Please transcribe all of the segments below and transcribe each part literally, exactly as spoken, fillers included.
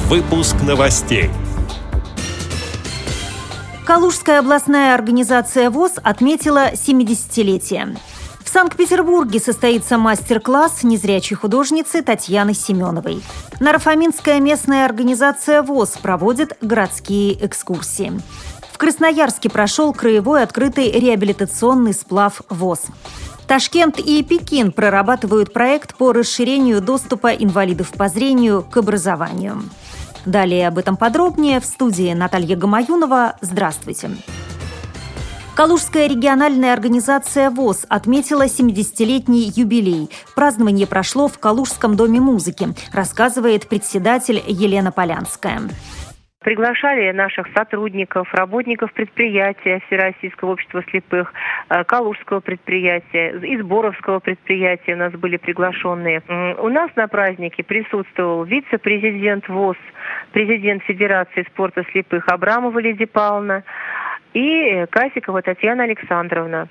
Выпуск новостей. Калужская областная организация ВОС отметила семидесятилетие. В Санкт-Петербурге состоится мастер-класс незрячей художницы Татьяны Семеновой. Нарфаминская местная организация ВОС проводит городские экскурсии. В Красноярске прошел краевой открытый реабилитационный сплав ВОС. Ташкент и Пекин прорабатывают проект по расширению доступа инвалидов по зрению к образованию. Далее об этом подробнее в студии Наталья Гамаюнова. Здравствуйте. Калужская региональная организация ВОС отметила семидесятилетний юбилей. Празднование прошло в Калужском доме музыки, рассказывает председатель Елена Полянская. Приглашали наших сотрудников, работников предприятия Всероссийского общества слепых, Калужского предприятия, и Сборовского предприятия у нас были приглашенные. У нас на празднике присутствовал вице-президент ВОС, президент Федерации спорта слепых Абрамова Лидия Павловна и Касикова Татьяна Александровна.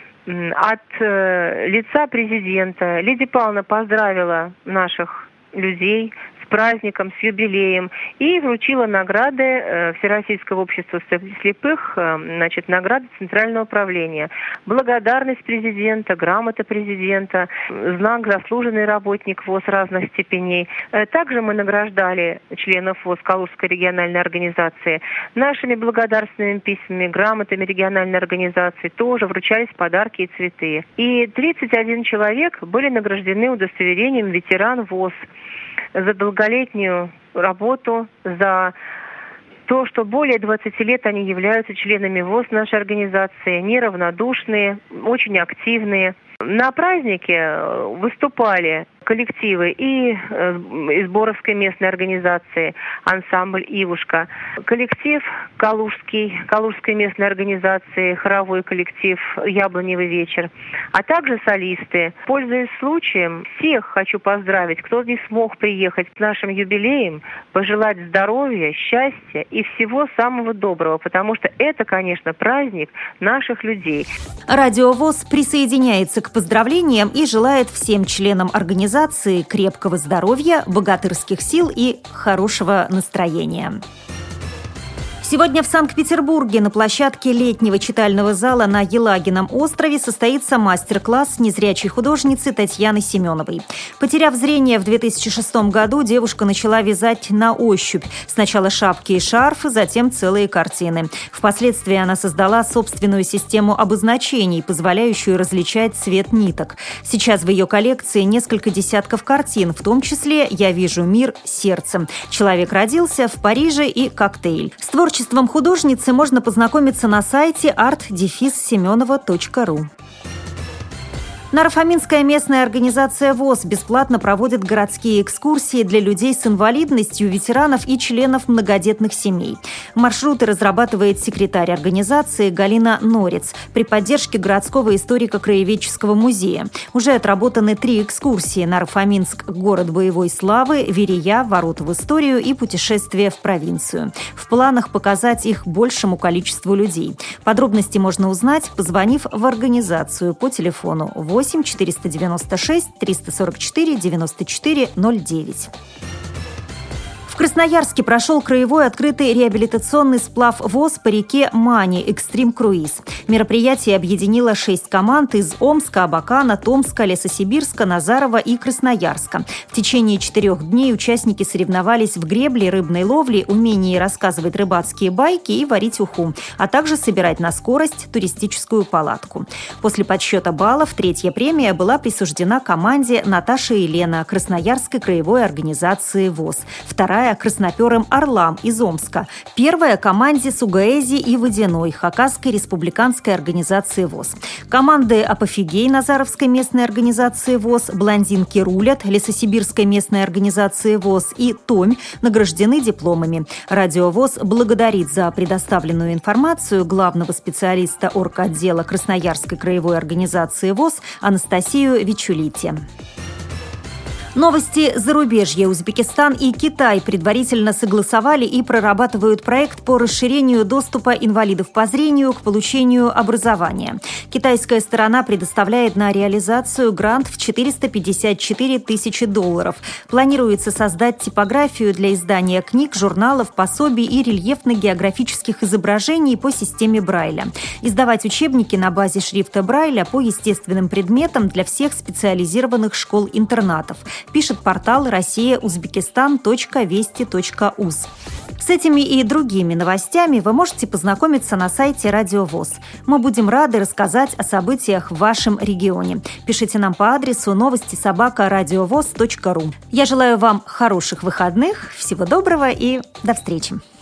От лица президента Лидия Павловна поздравила наших людей с праздником, с юбилеем и вручила награды э, Всероссийского общества слепых, э, значит, награды Центрального управления. Благодарность президента, грамота президента, знак «Заслуженный работник ВОС» разных степеней. Э, также мы награждали членов ВОС Калужской региональной организации нашими благодарственными письмами, грамотами региональной организации. Тоже вручались подарки и цветы. И тридцать один человек были награждены удостоверением «Ветеран ВОС» за долголетнюю работу, за то, что более двадцати лет они являются членами ВОС нашей организации, неравнодушные, очень активные. На празднике выступали коллективы и из Сборовской местной организации ансамбль «Ивушка», коллектив Калужский, Калужской местной организации, хоровой коллектив «Яблоневый вечер», а также солисты. Пользуясь случаем, всех хочу поздравить, кто не смог приехать к нашим юбилеям, пожелать здоровья, счастья и всего самого доброго, потому что это, конечно, праздник наших людей. Радио ВОС присоединяется к поздравлениям и желает всем членам организации крепкого здоровья, богатырских сил и хорошего настроения. Сегодня в Санкт-Петербурге на площадке летнего читального зала на Елагином острове состоится мастер-класс незрячей художницы Татьяны Семеновой. Потеряв зрение в две тысячи шестом году, девушка начала вязать на ощупь. Сначала шапки и шарфы, затем целые картины. Впоследствии она создала собственную систему обозначений, позволяющую различать цвет ниток. Сейчас в ее коллекции несколько десятков картин, в том числе «Я вижу мир сердцем», «Человек родился в Париже» и «Коктейль». С творчеством С творчеством художницы можно познакомиться на сайте арт дефис семенова точка ру. Нарфаминская местная организация ВОС бесплатно проводит городские экскурсии для людей с инвалидностью, ветеранов и членов многодетных семей. Маршруты разрабатывает секретарь организации Галина Норец при поддержке городского историко-краеведческого музея. Уже отработаны три экскурсии: Нарфаминск, город боевой славы, Верея, ворота в историю и путешествие в провинцию. В планах показать их большему количеству людей. Подробности можно узнать, позвонив в организацию по телефону восемь четыреста девяносто шесть триста сорок четыре девяносто четыре ноль девять. В Красноярске прошел краевой открытый реабилитационный сплав ВОС по реке Мани «Экстрим Круиз». Мероприятие объединило шесть команд из Омска, Абакана, Томска, Лесосибирска, Назарова и Красноярска. В течение четырех дней участники соревновались в гребле, рыбной ловле, умении рассказывать рыбацкие байки и варить уху, а также собирать на скорость туристическую палатку. После подсчета баллов третья премия была присуждена команде Наташа и Лена Красноярской краевой организации ВОС. Вторая – красноперым «Орлам» из Омска. Первая – команде Сугаэзи и Водяной Хакасской республиканской организации ВОС. Команды «Апофигей» Назаровской местной организации ВОС, «Блондинки рулят» Лесосибирской местной организации ВОС и «Томь» награждены дипломами. Радио ВОС благодарит за предоставленную информацию главного специалиста орготдела Красноярской краевой организации ВОС Анастасию Вичулити. Новости зарубежья. Узбекистан и Китай предварительно согласовали и прорабатывают проект по расширению доступа инвалидов по зрению к получению образования. Китайская сторона предоставляет на реализацию грант в четыреста пятьдесят четыре тысячи долларов. Планируется создать типографию для издания книг, журналов, пособий и рельефно-географических изображений по системе Брайля. Издавать учебники на базе шрифта Брайля по естественным предметам для всех специализированных школ-интернатов, пишет портал россия узбекистан точка вести точка уз. С этими и другими новостями вы можете познакомиться на сайте Радио ВОС. Мы будем рады рассказать о событиях в вашем регионе. Пишите нам по адресу новости собака радиовоз точка ру. Я желаю вам хороших выходных, всего доброго и до встречи.